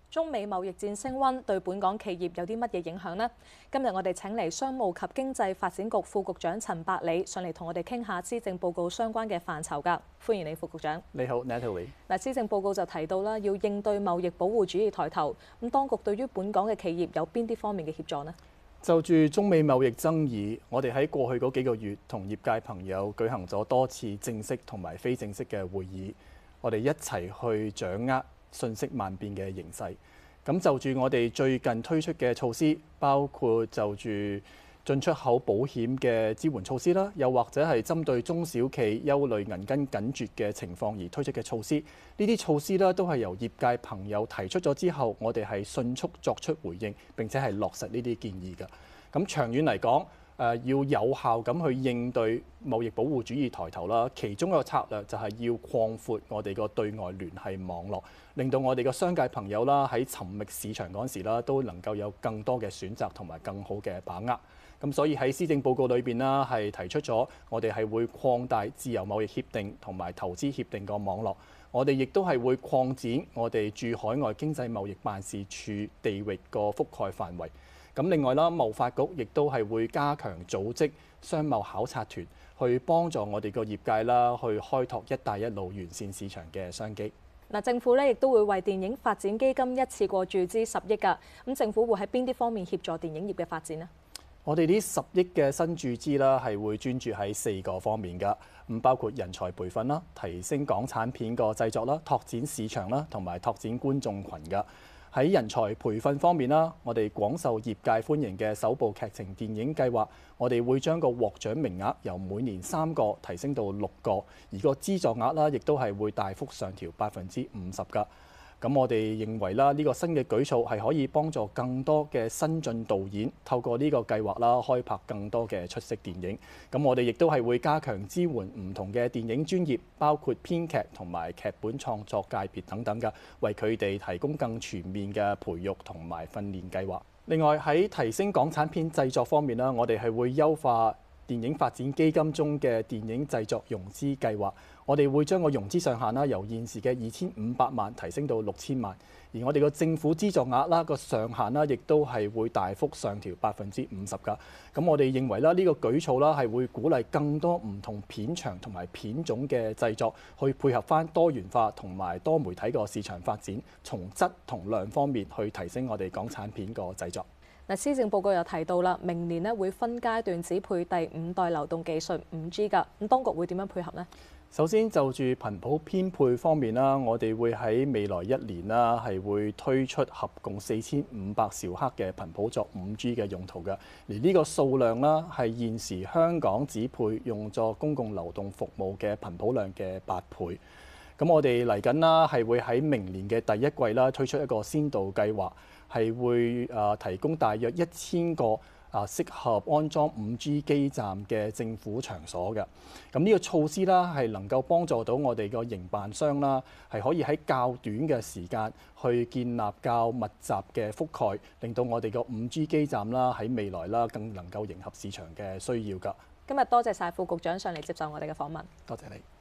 中美貿易戰升溫對本港企業有啲乜嘢影響呢？今日我哋請嚟商務及經濟發展局副局長陳百里上嚟同我哋傾下施政報告相關嘅範疇㗎。歡迎你，副局長。 你好 ，Natalie。 施政報告就提到啦，要應對貿易保護主義抬頭。咁當局對於本港嘅企業有邊啲方面嘅協助呢？ 就住中美貿易爭議，我哋喺過去嗰幾個月同業界朋友舉行咗多次正式同埋非正式嘅會議，我哋一齊去掌握瞬息萬變嘅形勢。咁就住我哋最近推出嘅措施，包括就住進出口保險嘅支援措施啦，又或者係針對中小企憂慮銀根緊絀嘅情況而推出嘅措施，呢啲措施呢都係由業界朋友提出咗之後，我哋係迅速作出回應，並且係落實呢啲建議㗎。咁長遠嚟講，要有效咁去應對貿易保護主義抬頭啦，其中一個策略就係要擴闊我哋個對外聯繫網絡，令到我哋個商界朋友啦喺尋覓市場嗰陣時啦，都能夠有更多嘅選擇同埋更好嘅把握。咁所以喺施政報告裏邊啦，係提出咗我哋係會擴大自由貿易協定同埋投資協定個網絡，我哋亦都係會擴展我哋駐海外經濟貿易辦事處地域個覆蓋範圍。咁另外啦，貿發局亦都係會加強組織商貿考察團，去幫助我哋個業界啦，去開拓一帶一路完善市場嘅商機。 政府咧亦都會為電影發展基金一次過注資10億㗎。咁政府會喺邊啲方面協助電影業嘅發展呢？ 我哋呢10億嘅新注資啦，係會專注喺4個方面㗎。咁包括人才培訓啦、提升港產片個製作啦、拓展市場啦，同埋拓展觀眾群㗎。喺人才培訓方面啦，我哋廣受業界歡迎嘅首部劇情電影計劃，我哋會將個獲獎名額由每年3個提升到6個，而個資助額啦，亦都係會大幅上調50%㗎。咁我哋認為啦，呢個新嘅舉措係可以幫助更多嘅新晉導演透過呢個計劃啦，開拍更多嘅出色電影。咁我哋亦都係會加強支援唔同嘅電影專業，包括編劇同埋劇本創作界別等等嘅，為佢哋提供更全面嘅培育同埋訓練計劃。另外喺提升港產片製作方面啦，我哋係會優化電影發展基金中嘅電影製作融資計劃，我哋會將個融資上限啦由現時嘅2500萬提升到6000萬，而我哋個政府資助額啦個上限啦亦都係會大幅上調50%㗎。咁我哋認為啦，呢個舉措啦係會鼓勵更多唔同片場同埋片種嘅製作，去配合翻多元化同埋多媒體個市場發展，從質同量方面去提升我哋港產片個製作。 施政報告又提到啦，明年會分階段指配第5代流動技術 5G 㗎。咁當局會點樣配合呢？ 首先就住頻譜編配方面啦，我哋會喺未來1年啦係會推出合共4500兆赫嘅頻譜作 5G 嘅用途㗎。而呢個數量啦係現時香港指配用作公共流動服務嘅頻譜量嘅8倍。咁我哋嚟緊啦係會喺明年嘅第1季啦推出一個先導計劃，係會提供大約1000個適合安裝5G 基站嘅政府場所嘅。咁呢個措施啦係能夠幫助到我哋個營辦商啦，係可以喺較短嘅時間去建立較密集嘅覆蓋，令到我哋個5G 基站啦喺未來啦更能夠迎合市場嘅需要㗎。 今日多謝晒副局長上嚟接受我哋嘅訪問。 多謝你。